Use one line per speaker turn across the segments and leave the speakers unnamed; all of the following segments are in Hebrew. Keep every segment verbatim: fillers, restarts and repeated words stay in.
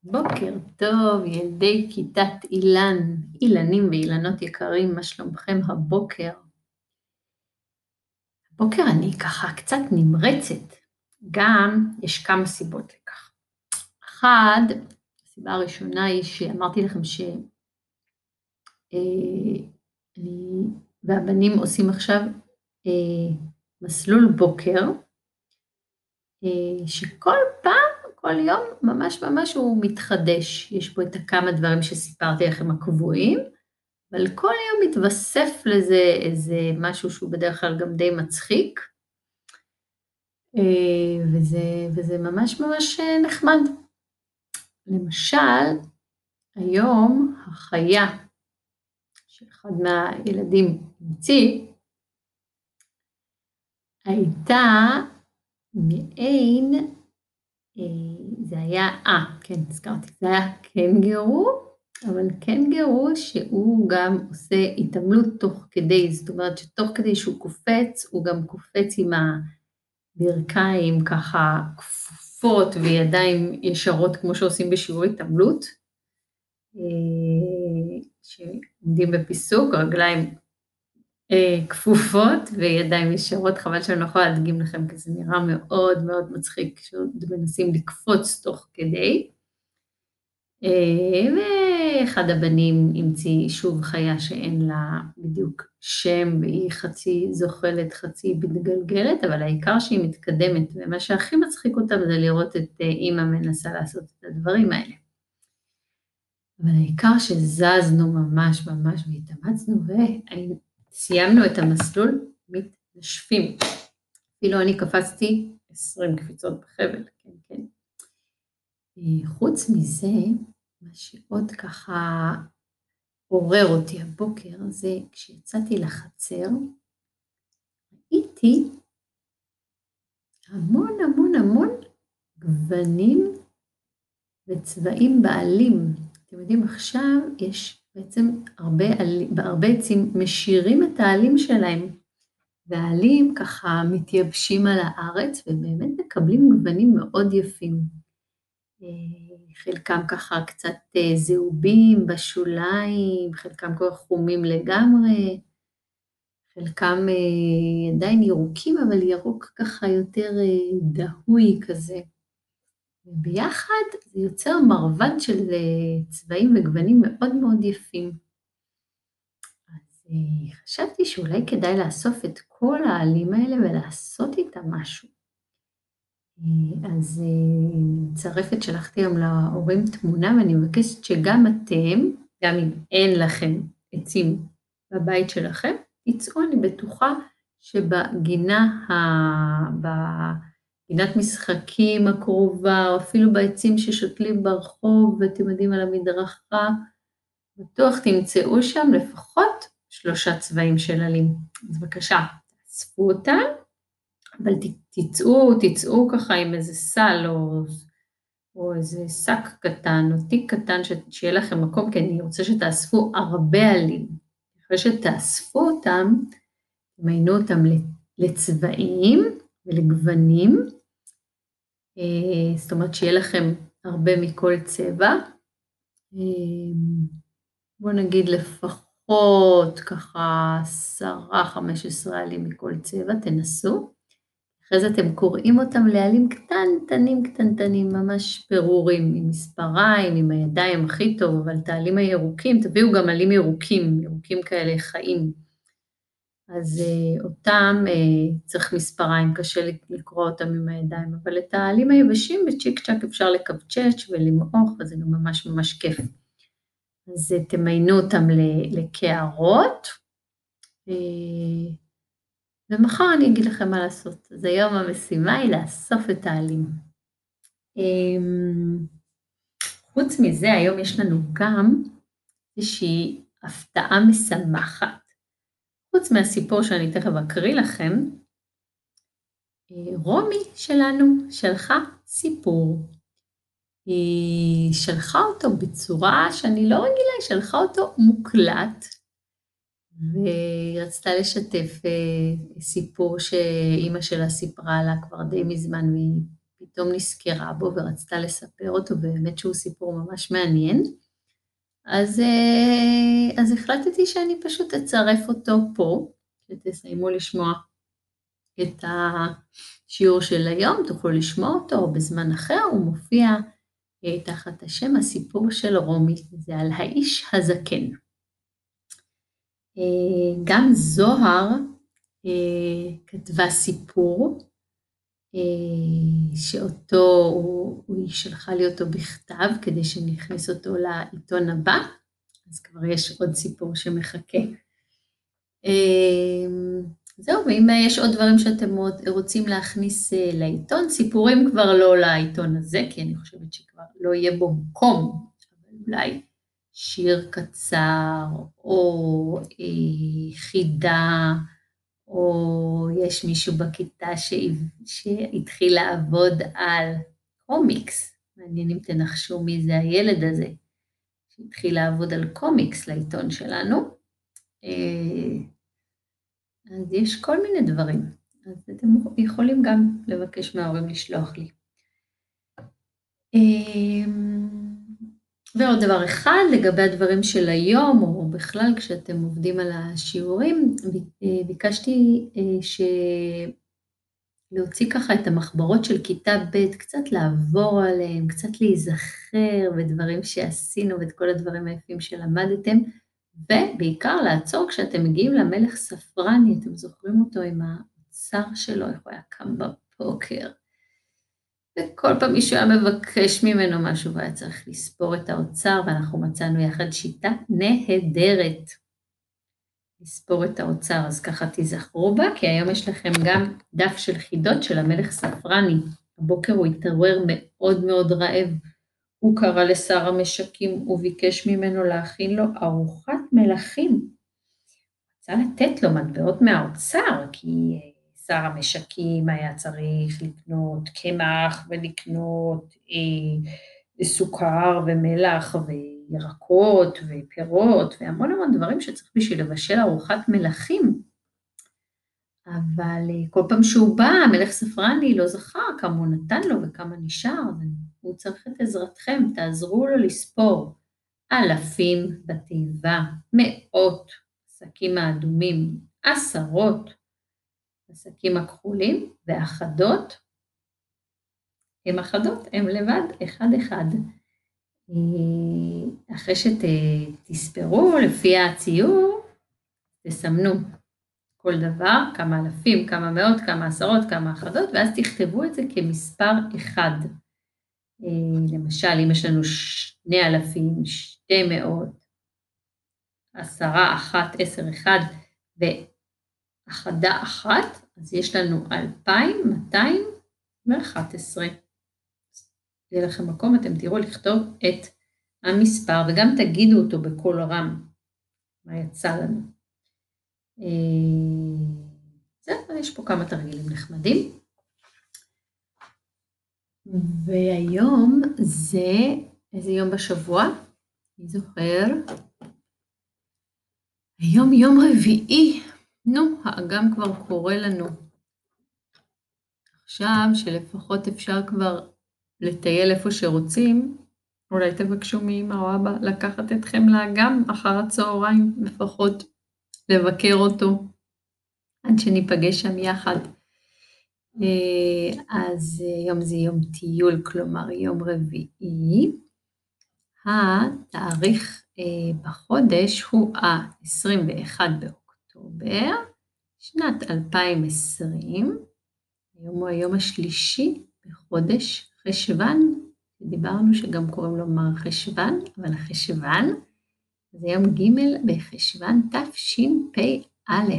בוקר טוב, ילדי כיתת אילן, אילנים ואילנות יקרים, מה שלומכם הבוקר? הבוקר אני ככה קצת נמרצת, גם יש כמה סיבות לכך. אחד, הסיבה הראשונה היא שאמרתי לכם שאני והבנים עושים עכשיו אה, מסלול בוקר, אה, שכל פעם, כל יום, ממש ממש הוא מתחדש. יש פה את הכמה דברים שסיפרתי לכם הקבועים, אבל כל יום מתווסף לזה איזה משהו שהוא בדרך כלל גם די מצחיק, אה, וזה, וזה ממש ממש נחמד. למשל, היום החיה שאחד מהילדים המציא, הייתה מעין, זה היה, אה, כן, הזכרתי, זה היה קנגרו, אבל קנגרו שהוא גם עושה התעמלות תוך כדי, זאת אומרת שתוך כדי שהוא קופץ, הוא גם קופץ עם הברכיים ככה כפופות וידיים ישרות כמו שעושים בשיעורי התעמלות, שעומדים בפיסוק, רגליים כפופות וידיים ישרות, חבל שאני לא יכולה להדגים לכם, כי זה נראה מאוד מאוד מצחיק, שעוד מנסים לקפוץ תוך כדי. ואחד הבנים המציא שוב חיה שאין לה בדיוק שם, והיא חצי זוחלת, חצי מתגלגלת, אבל העיקר שהיא מתקדמת, ומה שהכי מצחיק אותם זה לראות את אמא מנסה לעשות את הדברים האלה. אבל העיקר שזזנו ממש ממש והתאמצנו, וסיימנו את המסלול מתנשפים. אפילו אני קפצתי עשרים קפיצות בחבל, כן, כן. חוץ מזה, מה שעוד ככה עורר אותי הבוקר, זה כשיצאתי לחצר, ראיתי המון המון המון גוונים וצבעים בעלים. אתם יודעים, עכשיו יש בעצם הרבה, בהרבה עצים משירים את העלים שלהם, והעלים ככה מתייבשים על הארץ, ובאמת מקבלים גוונים מאוד יפים. חלקם ככה קצת זהובים בשוליים, חלקם כבר חומים לגמרי, חלקם עדיין ירוקים, אבל ירוק ככה יותר דהוי כזה. וביחד זה יוצר מרוון של צבעים וגוונים מאוד מאוד יפים. אז חשבתי שאולי כדאי לאסוף את כל העלים האלה ולעשות איתם משהו. אז מצרפת, שלחתי היום להורים תמונה, ואני מבקשת שגם אתם, גם אם אין לכם עצים בבית שלכם, תצאו, אני בטוחה שבגינה, בגינת משחקים הקרובה, או אפילו בעצים ששותלים ברחוב, ואתם יודעים על המדרכה, בטוח תמצאו שם לפחות שלושה צבעים של עלים. אז בבקשה, תאספו אותם, אבל תצאו, תצאו ככה עם איזה סל או, או איזה שק קטן או תיק קטן, שיהיה לכם מקום, כי אני רוצה שתאספו הרבה עלים. אחרי שתאספו אותם, תמיינו אותם לצבעים ולגוונים, זאת אומרת שיהיה לכם הרבה מכל צבע. בואו נגיד לפחות ככה עשרה, חמש עשרה עלים מכל צבע, תנסו. אחרי זה אתם קוראים אותם לעלים קטנטנים, קטנטנים, ממש פירורים, עם מספריים, עם הידיים הכי טוב, אבל את העלים הירוקים, תביאו גם עלים ירוקים, ירוקים כאלה חיים. אז uh, אותם uh, צריך מספריים, קשה לקרוא אותם עם הידיים, אבל את העלים היבשים בצ'יק צ'ק אפשר לקבצ'ץ' ולמעוך, וזה גם ממש ממש כיף. אז uh, תמיינו אותם לקערות, uh, ומחר אני אגיד לכם מה לעשות. אז היום המשימה היא לאסוף את העלים. חוץ מזה, היום יש לנו גם איזושהי הפתעה משמחת. חוץ מהסיפור שאני תכף אקריא לכם, רומי שלנו שלחה סיפור. היא שלחה אותו בצורה שאני לא רגילה, היא שלחה אותו מוקלט, והיא רצתה לשתף סיפור שאימא שלה סיפרה לה כבר די מזמן, והיא פתאום נזכרה בו ורצתה לספר אותו, באמת שהוא סיפור ממש מעניין. אז, אז החלטתי שאני פשוט אצרף אותו פה, שתסיימו לשמוע את השיעור של היום, תוכלו לשמוע אותו בזמן אחר, הוא מופיע תחת השם הסיפור של רומי, זה על האיש הזקן. גם זוהר כתבה סיפור, שאותו, היא שלחה לי אותו בכתב, כדי שנכניס אותו לעיתון הבא, אז כבר יש עוד סיפור שמחכה. זהו, ואם יש עוד דברים שאתם רוצים להכניס לעיתון, סיפורים כבר לא לעיתון הזה, כי אני חושבת שכבר לא יהיה בו מקום, אבל אולי שיר קצר, או חידה, או יש מישהו בכיתה שהתחיל לעבוד על קומיקס, מעניין אם תנחשו מי זה הילד הזה, שהתחיל לעבוד על קומיקס לעיתון שלנו, אז יש כל מיני דברים, אז אתם יכולים גם לבקש מההורים לשלוח לי. ועוד דבר אחד, לגבי הדברים של היום, או בכלל כשאתם עובדים על השיעורים, ביקשתי ש... להוציא ככה את המחברות של כיתה ב', קצת לעבור עליהם, קצת להיזכר בדברים שעשינו, ואת כל הדברים היפים שלמדתם, ובעיקר לעצור כשאתם מגיעים למלך ספרני, אתם זוכרים אותו עם האוצר שלו, איך הוא היה קם בבוקר, וכל פעם מישהו היה מבקש ממנו משהו, והיה צריך לספור את האוצר, ואנחנו מצאנו יחד שיטה נהדרת לספור את האוצר, אז ככה תזכרו בה, כי היום יש לכם גם דף של חידות של המלך ספרני, הבוקר הוא התעורר מאוד מאוד רעב, הוא קרא לשר המשקים וביקש ממנו להכין לו ארוחת מלכים. רצה לתת לו מטבעות מהאוצר, כי שר המשקים היה צריך לקנות קמח ולקנות אה, סוכר ומלח וירקות ופירות והמון המון דברים שצריך בשביל לבשל ארוחת מלכים. אבל כל פעם שהוא בא, המלך ספרני לא זכר כמה הוא נתן לו וכמה נשאר, הוא צריך את עזרתכם, תעזרו לו לספור אלפים בתיבה, מאות שקים האדומים, עשרות השקים הכחולים, ואחדות, הם אחדות, הם לבד, אחד אחד. אחרי שתספרו לפי הציור, תסמנו כל דבר, כמה אלפים, כמה מאות, כמה עשרות, כמה אחדות, ואז תכתבו את זה כמספר אחד. למשל, אם יש לנו שני אלפים, שתי מאות, עשרה, אחת, עשר, אחד, ואחדה אחת, אז יש לנו אלפיים מאתיים ואחת עשרה. יהיה לכם מקום, אתם תראו לכתוב את המספר, וגם תגידו אותו בקול רם, מה יצא לנו. זהו, יש פה כמה תרגילים נחמדים. והיום זה, איזה יום בשבוע? אני זוכר. היום יום רביעי. נו, האגם כבר קורא לנו. עכשיו שלפחות אפשר כבר לטייל איפה שרוצים, אולי תבקשו מאמא או אבא לקחת אתכם לאגם אחר הצהריים, לפחות לבקר אותו, עד שניפגש שם יחד. אז יום זה יום טיול, כלומר יום רביעי. התאריך בחודש הוא ה-עשרים ואחד באוקטובר, שנת אלפיים ועשרים. היום הוא היום השלישי בחודש חשוון, דיברנו שגם קוראים לו מר חשוון, אבל חשוון, זה יום ג' בחשוון תשפ"א.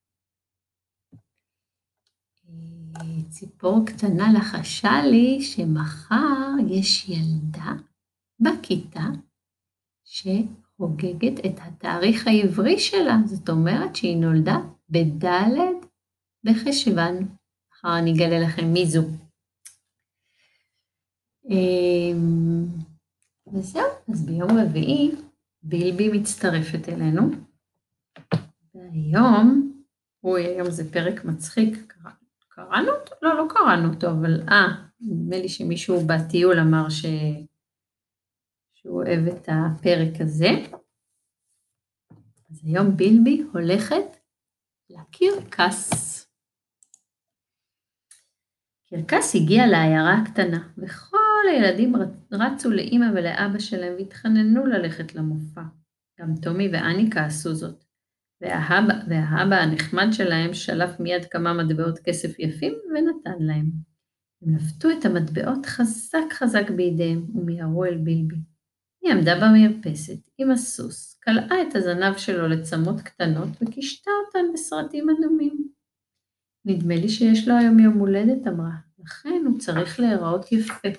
ציפור קטנה לחשה לי שמחר יש ילדה בכיתה שחוגגת את התאריך העברי שלה, זאת אומרת שהיא נולדה בד' בחשוון. מחר אני אגלה לכם מי זו. וזהו, אז ביום רביעי בילבי מצטרפת אלינו, והיום, אוי, היום זה פרק מצחיק, קראנו אותו? לא, לא קראנו אותו, אבל אה, נדמה לי שמישהו בטיול אמר ש... שהוא אוהב את הפרק הזה. אז היום בילבי הולכת לקרקס. קרקס הגיע לעיירה הקטנה, וכל הילדים רצו לאמא ולאבא שלהם והתחננו ללכת למופע. גם טומי ואניקה עשו זאת, והאבא, והאבא הנחמד שלהם שלף מיד כמה מטבעות כסף יפים ונתן להם. הם נפתו את המטבעות חזק חזק בידיהם ומיהרו אל בילבי. היא עמדה במרפסת עם הסוס, קלעה את הזנב שלו לצמות קטנות וקישתה אותן בסרטים אדומים. נדמה לי שיש לו היום יום הולדת, אמרה, לכן הוא צריך להיראות יפה.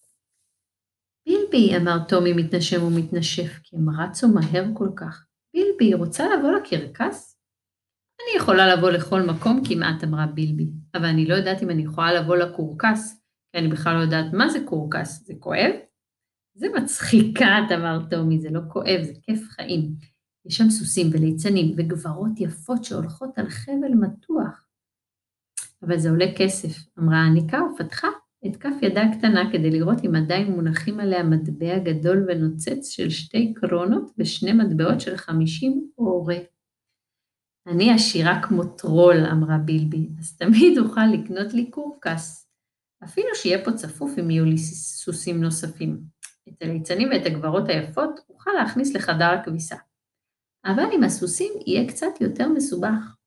בילבי, אמר טומי מתנשם ומתנשף, כי הם רצו מהר כל כך. בילבי, רוצה לבוא לקרקס? אני יכולה לבוא לכל מקום כמעט, אמרה בילבי, אבל אני לא יודעת אם אני יכולה לבוא לקורקס, כי אני בכלל לא יודעת מה זה קורקס, זה כואב? זה מצחיקת, אמר טומי, זה לא כואב, זה כיף חיים. יש שם סוסים וליצנים וגברות יפות שהולכות על חבל מתוח. אבל זה עולה כסף, אמרה אניקה ופתחה את כף ידה הקטנה כדי לראות אם עדיין מונחים עליה מטבע גדול ונוצץ של שתי קרונות ושני מטבעות של חמישים אורה. אני עשירה כמו טרול, אמרה בילבי, אז תמיד אוכל לקנות לי קורקס. אפילו שיהיה פה צפוף אם יהיו לי סוסים נוספים. את הליצנים ואת הגברות היפות אוכל להכניס לחדר הכביסה. אבל עם הסוסים יהיה קצת יותר מסובך.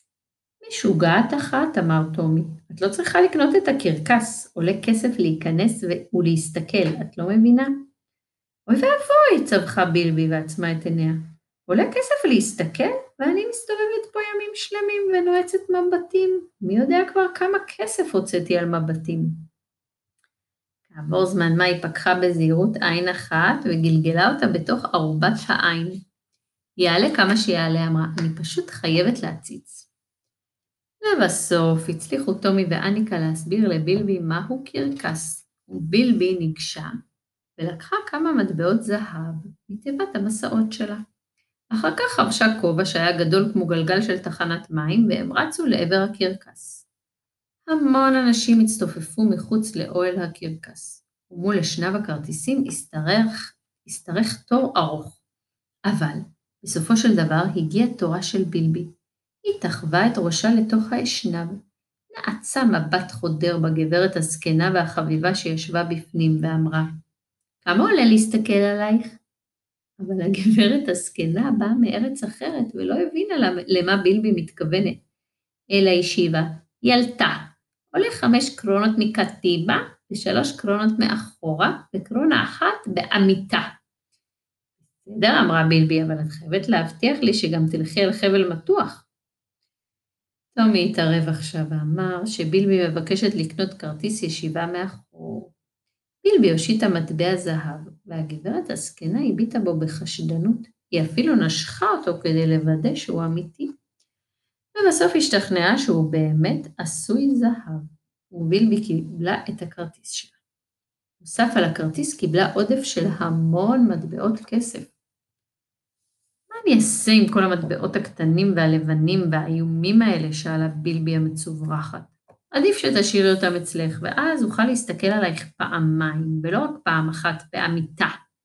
משוגעת אחת, אמר טומי, את לא צריכה לקנות את הקרקס, עולה כסף להיכנס ולהסתכל, את לא מבינה? אוי ואבוי, צווחה בילבי ועצמה את עיניה. עולה כסף להסתכל, ואני מסתובבת פה ימים שלמים ונועצת מבטים. מי יודע כבר כמה כסף הוצאתי על מבטים? כעבור זמן מה היא פקחה בזהירות עין אחת וגלגלה אותה בתוך ערובת העין. יעלה כמה שיעלה, אמרה, אני פשוט חייבת להציץ. ובסוף הצליחו טומי ואניקה להסביר לבילבי מהו קרקס, ובילבי ניגשה ולקחה כמה מטבעות זהב מתיבת המסעות שלה. אחר כך חבשה כובע שהיה גדול כמו גלגל של תחנת מים, והם רצו לעבר הקרקס. המון אנשים הצטופפו מחוץ לאוהל הקרקס, ומול אשנב הכרטיסים הסתרך, הסתרך תור ארוך. אבל בסופו של דבר הגיע תורה של בילבי. היא תחווה את ראשה לתוך האשנב, נעצה מבט חודר בגברת הזקנה והחביבה שישבה בפנים ואמרה, כמה עולה להסתכל עלייך? אבל הגברת הזקנה באה מארץ אחרת ולא הבינה למה בילבי מתכוונת, אלא השיבה, ילתה, עולה חמש קרונות מקטיבה ושלוש קרונות מאחורה וקרונה אחת בעמיתה. בסדר, אמרה בילבי, אבל את חייבת להבטיח לי שגם תלכי על חבל מתוח. טומי התערב עכשיו ואמר שבילבי מבקשת לקנות כרטיס ישיבה מאחור. בילבי הושיטה מטבע זהב, והגברת הזקנה הביטה בו בחשדנות. היא אפילו נשכה אותו כדי לוודא שהוא אמיתי. ובסוף השתכנעה שהוא באמת עשוי זהב, ובילבי קיבלה את הכרטיס שלה. נוסף על הכרטיס קיבלה עודף של המון מטבעות כסף. מה אני אעשה עם כל המטבעות הקטנים והלבנים והאיומים האלה, שאלה בילבי המצוברחת. עדיף שתשאירי אותם אצלך, ואז אוכל להסתכל עלייך פעמיים, ולא רק פעם אחת בעמיתה.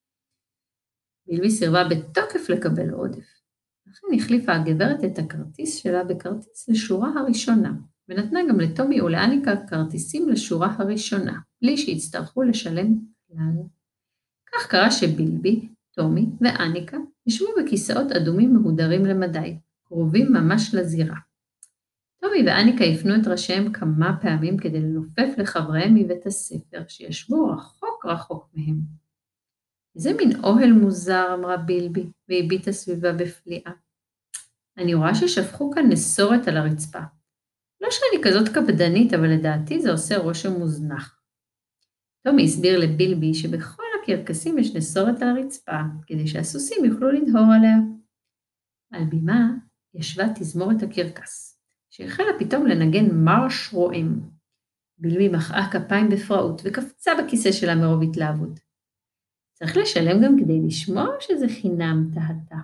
בילבי סירבה בתוקף לקבל עודף. לכן החליפה הגברת את הכרטיס שלה בכרטיס לשורה הראשונה, ונתנה גם לטומי ולאניקה כרטיסים לשורה הראשונה, בלי שהצטרכו לשלם כלל. כך קרה שבילבי, טומי ואניקה ישבו בכיסאות אדומים מהודרים למדי, קרובים ממש לזירה. טומי ואניקה הפנו את ראשיהם כמה פעמים כדי לנופף לחבריהם מבית הספר, שישבו רחוק רחוק מהם. איזה מין אוהל מוזר, אמרה בילבי, והביטה סביבה בפליאה. אני רואה ששפכו כאן נסורת על הרצפה. לא שאני כזאת קפדנית, אבל לדעתי זה עושה רושם מוזנח. טומי הסביר לבילבי שבכל הקרקסים יש נסורת על הרצפה, כדי שהסוסים יוכלו לדהור עליה. על בימה ישבה תזמורת הקרקס, שהחלה פתאום לנגן מרש רועם. בילבי מחאה כפיים בפראות וקפצה בכיסא שלה מרוב התלהבות. צריך לשלם גם כדי לשמוע שזה חינם, תהתה.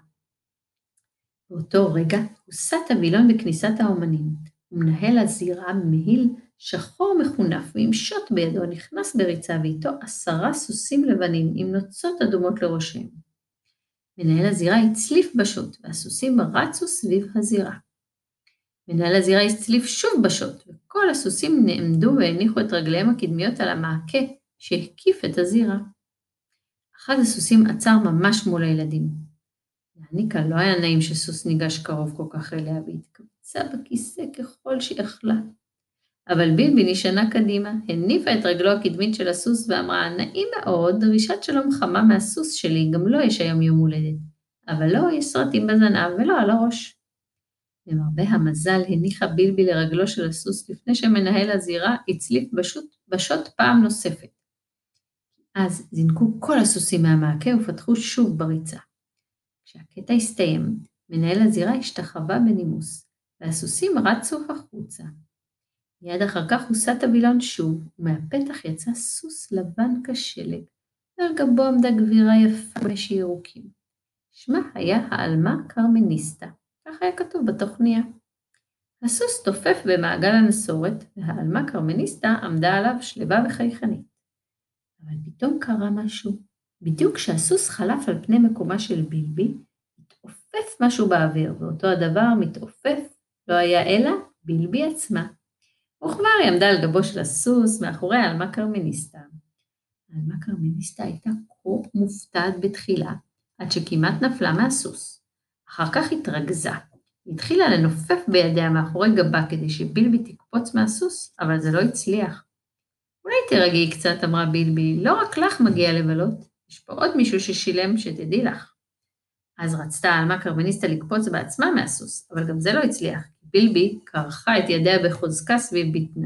באותו רגע הוסט הווילון בכניסת האומנים, ומנהל הזירה מהיל שחור מחונף ועם שוט בידו נכנס בריצה ואיתו עשרה סוסים לבנים עם נוצות אדומות לראשיהם. מנהל הזירה הצליף בשוט והסוסים רצו סביב הזירה. מנהל הזירה הצליף שוב בשוט וכל הסוסים נעמדו והניחו את רגליהם הקדמיות על המעקה שהקיף את הזירה. אחד הסוסים עצר ממש מול הילדים. לעניקה לא היה נעים שסוס ניגש קרוב כל כך אליה והתקבצה בכיסא ככל שיכלה. אבל בילבי נשענה קדימה, הניפה את רגלו הקדמית של הסוס ואמרה, נעים מאוד, דרישת שלום חמה מהסוס שלי, גם לו יש היום יום הולדת. אבל לא, יש סרטים בזנב ולא על הראש. למרבה המזל הניחה בילבי לרגלו של הסוס לפני שמנהל הזירה הצליף בשוט, בשוט פעם נוספת. אז זינקו כל הסוסים מהמעקה ופתחו שוב בריצה. כשהקטע הסתיים, מנהל הזירה השתחווה בנימוס, והסוסים רצו החוצה. מיד אחר כך הוסט הווילון שוב, ומהפתח יצא סוס לבן כשלג, ועל גבו עמדה גבירה יפה משי ירוקים. שמה היה העלמה קרמניסטה, כך היה כתוב בתוכניה. הסוס תופף במעגל הנסורת, והעלמה קרמניסטה עמדה עליו שלווה וחייכנית. אבל פתאום קרה משהו. בדיוק כשהסוס חלף על פני מקומה של בילבי, התעופף משהו באוויר, ואותו הדבר מתעופף לא היה אלא בילבי עצמה. וכבר היא עמדה על גבו של הסוס מאחורי העלמה קרמניסטה. העלמה קרמניסטה הייתה כה מופתעת בתחילה, עד שכמעט נפלה מהסוס. אחר כך התרגזה. היא התחילה לנופף בידיה מאחורי גבה כדי שבילבי תקפוץ מהסוס, אבל זה לא הצליח. אולי תרגעי קצת, אמרה בילבי, לא רק לך מגיע לבלות, יש פה עוד מישהו ששילם שתדעי לך. אז רצתה העלמה קרמניסטה לקפוץ בעצמה מהסוס, אבל גם זה לא הצליח. בילבי קרחה את ידיה בחוזקה סביב בטנה.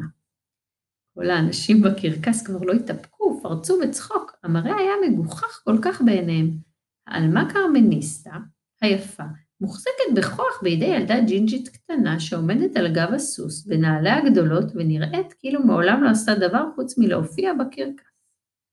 כל האנשים בקרקס כבר לא התאפקו, פרצו בצחוק, המראה היה מגוחך כל כך בעיניהם. העלמה קרמניסטה, היפה, מוחזקת בכוח בידי ילדה ג'ינג'ית קטנה שעומדת על גב הסוס בנעליה הגדולות ונראית כאילו מעולם לא עשתה דבר חוץ מלהופיע בקרקס.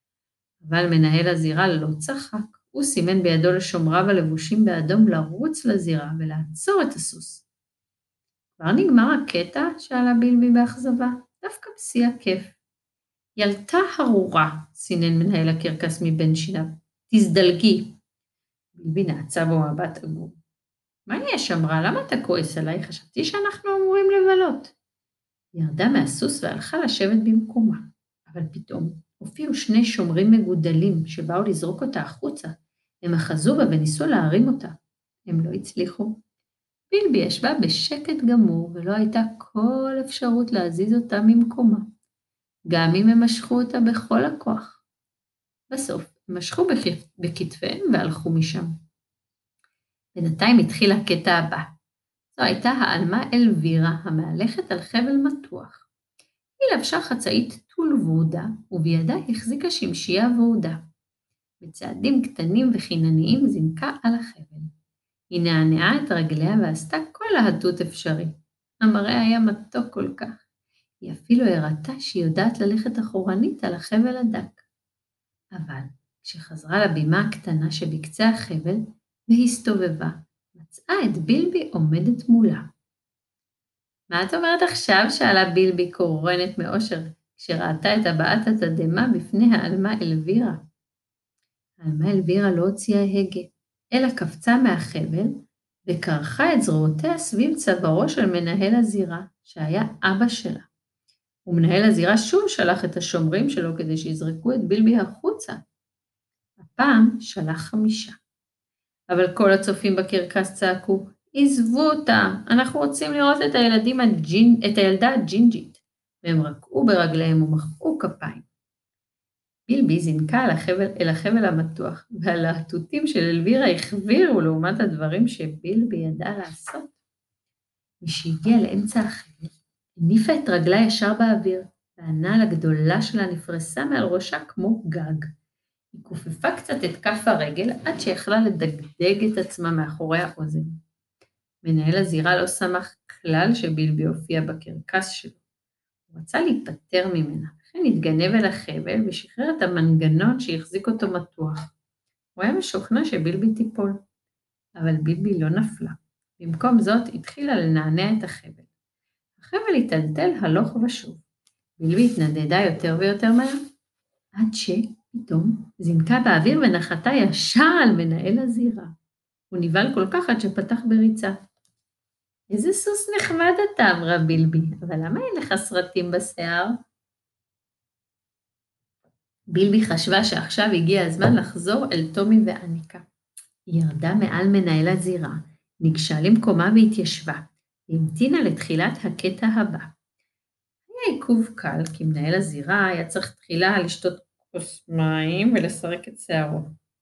אבל מנהל הזירה לא צחק, הוא סימן בידו לשומריו הלבושים באדום לרוץ לזירה ולעצור את הסוס. כבר נגמר הקטע? שאלה בילבי באכזבה, דווקא בשיא הכיף. ילתה הרורה, סינן מנהל הקרקס מבין שיניו, תזדלגי. בילבי נעצה בו מבט עגום. מה יש? אמרה, למה אתה כועס עליי? חשבתי שאנחנו אמורים לבלות. ירדה מהסוס והלכה לשבת במקומה, אבל פתאום הופיעו שני שומרים מגודלים שבאו לזרוק אותה החוצה. הם אחזו בה וניסו להרים אותה. הם לא הצליחו. בילבי ישבה בשקט גמור ולא הייתה כל אפשרות להזיז אותה ממקומה, גם אם הם משכו אותה בכל הכוח. בסוף הם משכו בכתפיהם והלכו משם. בינתיים התחיל הקטע הבא. זו הייתה העלמה אלווירה המהלכת על חבל מתוח. היא לבשה חצאית טול ורודה ובידה החזיקה שמשייה ורודה. בצעדים קטנים וחינניים זינקה על החבל. היא נענעה את רגליה ועשתה כל להטות אפשרי. המראה היה מתוק כל כך. היא אפילו הראתה שהיא יודעת ללכת אחורנית על החבל הדק. אבל כשחזרה לבימה הקטנה שבקצה החבל והסתובבה, מצאה את בילבי עומדת מולה. מה את אומרת עכשיו? שאלה בילבי קורנת מאושר, כשראתה את הבעת התדהמה בפני העלמה אלווירה. העלמה אלווירה לא הוציאה הגה, אלא קפצה מהחבל וקרחה את זרועותיה סביב צווארו של מנהל הזירה, שהיה אבא שלה. ומנהל הזירה שוב שלח את השומרים שלו כדי שיזרקו את בילבי החוצה. הפעם שלח חמישה. אבל כל הצופים בקרקס צעקו, עזבו אותה, אנחנו רוצים לראות את, הילדים הג'ין, את הילדה הג'ינג'ית. והם רקעו ברגליהם ומחאו כפיים. בילבי זינקה אל החבל, אל החבל המתוח, והלהטוטים של אלווירה החבירו לעומת הדברים שבילבי ידע לעשות. משהגיעה לאמצע החבל, הניפה את רגלה ישר באוויר, והנעל הגדולה שלה נפרסה מעל ראשה כמו גג. היא כופפה קצת את כף הרגל עד שיכלה לדגדג את עצמה מאחורי האוזן. מנהל הזירה לא שמח כלל שבילבי הופיע בקרקס שלו. הוא רצה להיפטר ממנה, לכן התגנב אל החבל ושחרר את המנגנון שהחזיק אותו מתוח. הוא היה משוכנע שבילבי תיפול, אבל בילבי לא נפלה. במקום זאת התחילה לנענע את החבל. החבל התעלתל הלוך ושוב. בילבי התנדדה יותר ויותר מהר, עד שפתאום זינקה באוויר ונחתה ישר על מנהל הזירה. הוא נבהל כל כך עד שפתח בריצה. איזה סוס נחמד אתה, אמרה בילבי, אבל למה אין לך סרטים בשיער? בילבי חשבה שעכשיו הגיע הזמן לחזור אל טומי ואניקה. היא ירדה מעל מנהל הזירה, ניגשה למקומה והתיישבה, והמתינה לתחילת הקטע הבא. היה עיכוב קל, כי מנהל הזירה היה צריך תחילה לשתות כוס מים ולסרק את שערו.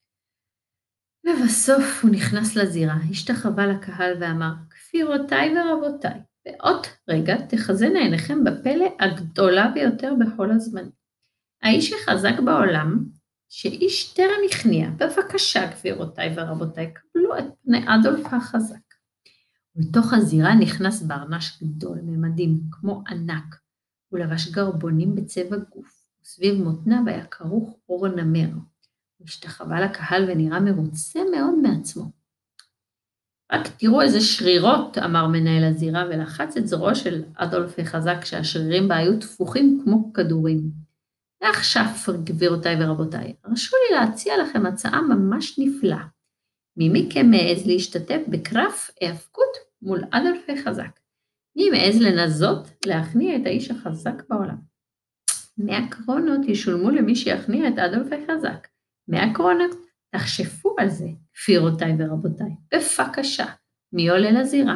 לבסוף הוא נכנס לזירה, השתחווה לקהל ואמר, כפירותיי ורבותיי, בעוד רגע תחזינה עיניכם בפלא הגדולה ביותר בכל הזמן. האיש החזק בעולם, שאיש טרם הכניע, בבקשה כפירותיי ורבותיי, קבלו את פני אדולף החזק. בתוך הזירה נכנס ברנש גדול, ממדים, כמו ענק, הוא לבש גרבונים בצבע גוף, וסביב מותניו היה כרוך אור נמר. הוא השתחווה לקהל ונראה מרוצה מאוד מעצמו. רק תראו איזה שרירות, אמר מנהל הזירה, ולחץ את זרועו של אדולף החזק, שהשרירים בה היו תפוחים כמו כדורים. ועכשיו, גבירותיי ורבותיי, הרשו לי להציע לכם הצעה ממש נפלאה. מי מכם מעז להשתתף בקרב היאבקות מול אדולף החזק? מי מעז לנסות להכניע את האיש החזק בעולם? מאה קרונות ישולמו למי שיכניע את אדולף החזק. מאה קרונות, תחשפו על זה, כפירותיי ורבותיי. בבקשה, מי עולה לזירה?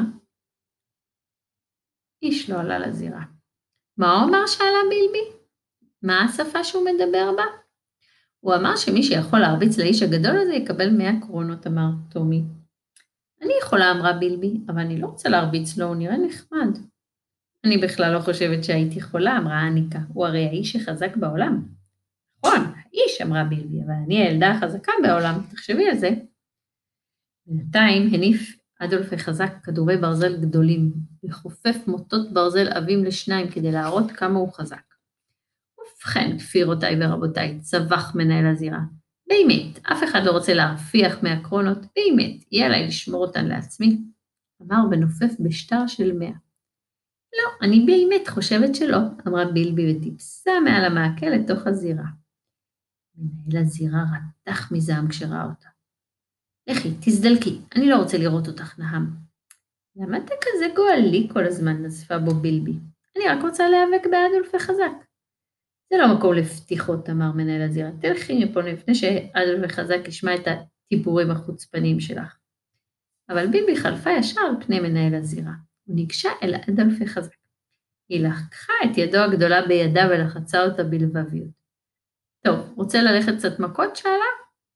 איש לא עלה לזירה. מה הוא אמר שאלה בילבי? מה השפה שהוא מדבר בה? הוא אמר שמי שיכול להרביץ לאיש הגדול הזה יקבל מאה קרונות, אמר טומי. אני יכולה, אמרה בילבי, אבל אני לא רוצה להרביץ לו, הוא נראה נחמד. אני בכלל לא חושבת שהייתי יכולה, אמרה אניקה, הוא הרי האיש החזק בעולם. נכון, האיש, אמרה בילבי, אבל אני הילדה החזקה בעולם, תחשבי על זה. בינתיים הניף אדולף החזק כדורי ברזל גדולים, וחופף מוטות ברזל עבים לשניים כדי להראות כמה הוא חזק. ובכן, כפירותיי ורבותיי, צבח מנהל הזירה. באמת, אף אחד לא רוצה להרפיח מהקרונות, באמת, יהיה עליי לשמור אותן לעצמי. אמר בנופף בשטר של מאה. לא, אני באמת חושבת שלא, אמרה בילבי וטיפסה מעל המעקה לתוך הזירה. מנהל הזירה רתח מזעם כשראה אותה. לכי, תזדלקי, אני לא רוצה לראות אותך, נהם. למה אתה כזה גואלי כל הזמן, נזפה בו בילבי? אני רק רוצה להיאבק באדולף החזק. זה לא מקום לפתיחות, אמר מנהל הזירה. תלכי מפה לפני שאדולף החזק ישמע את הטיפורים החוצפניים שלך. אבל בילבי חלפה ישר על פני מנהל הזירה. הוא ניגשה אל אדולף החזק. היא לקחה את ידו הגדולה בידה ולחצה אותה בלבביות. טוב, רוצה ללכת קצת מכות? שאלה?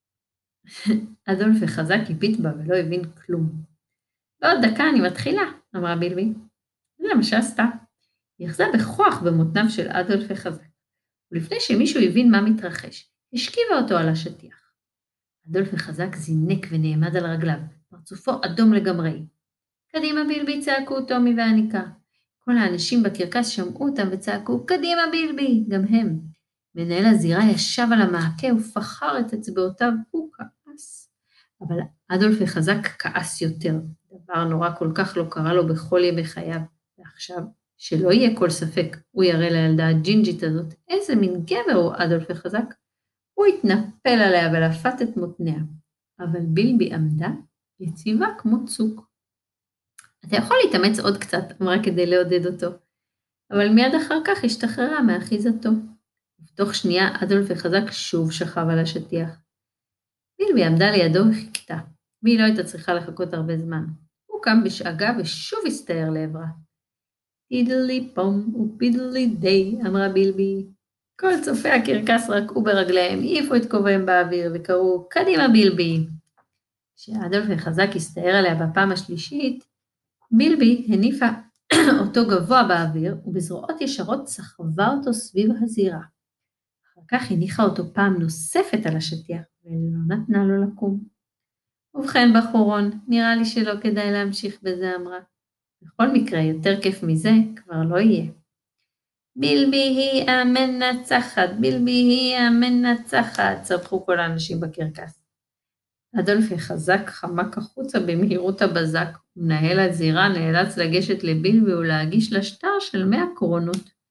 אדולף החזק הביט בה ולא הבין כלום. בעוד דקה אני מתחילה, אמרה בילבי. זה מה שעשתה. היא אחזה בכוח במותניו של אדולף החזק. ולפני שמישהו הבין מה מתרחש, השכיבה אותו על השטיח. אדולף החזק זינק ונעמד על רגליו, פרצופו אדום לגמרי. קדימה בילבי, צעקו טומי ואניקה. כל האנשים בקרקס שמעו אותם וצעקו, קדימה בילבי, גם הם. מנהל הזירה ישב על המעקה ופחר את אצבעותיו, הוא כעס. אבל אדולף החזק כעס יותר. דבר נורא כל כך לא קרה לו בכל ימי חייו. ועכשיו, שלא יהיה כל ספק, הוא יראה לילדה הג'ינג'ית הזאת, איזה מין גבר הוא אדולף החזק. הוא התנפל עליה ולפת את מותניה. אבל בילבי עמדה יציבה כמו צוק. אתה יכול להתאמץ עוד קצת, אמרה כדי לעודד אותו, אבל מיד אחר כך השתחררה מאחיזתו. בתוך שנייה אדולף החזק שוב שכב על השטיח. בילבי עמדה לידו וחיכתה, והיא לא הייתה צריכה לחכות הרבה זמן. הוא קם בשאגה ושוב הסתער לעברה. פידלי פום ופידלי די, אמרה בילבי. כל צופי הקרקס רקעו ברגליהם, העיפו את כובעיהם באוויר וקראו, קדימה בילבי. כשאדולף החזק הסתער עליה בפעם השלישית, בילבי הניפה אותו גבוה באוויר, ובזרועות ישרות סחבה אותו סביב הזירה. אחר כך הניחה אותו פעם נוספת על השטיח, ולא נתנה לו לקום. ובכן בחורון, נראה לי שלא כדאי להמשיך בזה, אמרה. בכל מקרה, יותר כיף מזה כבר לא יהיה. בילבי היא המנצחת, בילבי היא המנצחת, צרחו כל האנשים בקרקס. אדולף החזק חמק החוצה במהירות הבזק, ומנהל הזירה נאלץ לגשת לבילבי ולהגיש לה שטר של מאה קרונות.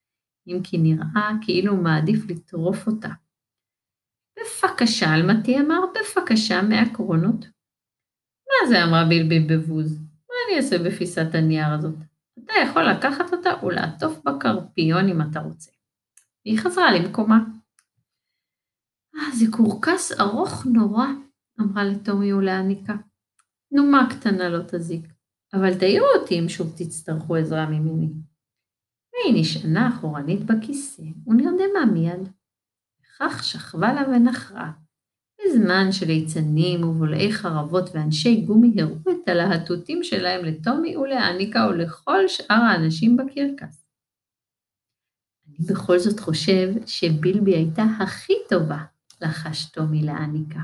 אם כי נראה כאילו הוא מעדיף לטרוף אותה. "בבקשה, אלמתי", אמר, "בבקשה, מאה קרונות." "מה זה?" אמרה בילבי בבוז. "מה אני אעשה בפיסת הנייר הזאת? אתה יכול לקחת אותה ולעטוף בקרפיון אם אתה רוצה." והיא חזרה למקומה. "אה, זה קורקס ארוך נורא", אמרה לטומי ולאניקה. "תנומה קטנה לא תזיק, אבל תעירו אותי אם שוב תצטרכו עזרה ממני." והיא נשענה אחורנית בכיסא ונרדמה מיד. וכך שכבה לה ונחרה, בזמן שליצנים ובולעי חרבות ואנשי גומי הראו את הלהטוטים שלהם לטומי ולאניקה ולכל שאר האנשים בקרקס. "אני בכל זאת חושב שבילבי הייתה הכי טובה", לחש טומי לאניקה.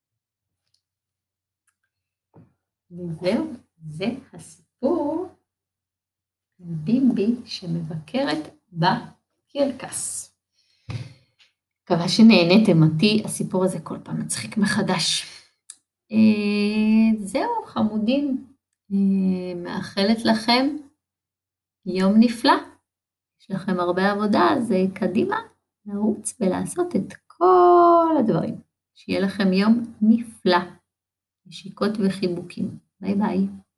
וזהו, זה הסיפור ביבי שמבקרת בקרקס. מקווה שנהניתם אותי, הסיפור הזה כל פעם מצחיק מחדש. אה, זהו, חמודים, אה, מאחלת לכם יום נפלא. יש לכם הרבה עבודה, אז אה, קדימה, נרוץ ולעשות את כל הדברים. שיהיה לכם יום נפלא. נשיקות וחיבוקים. ביי ביי.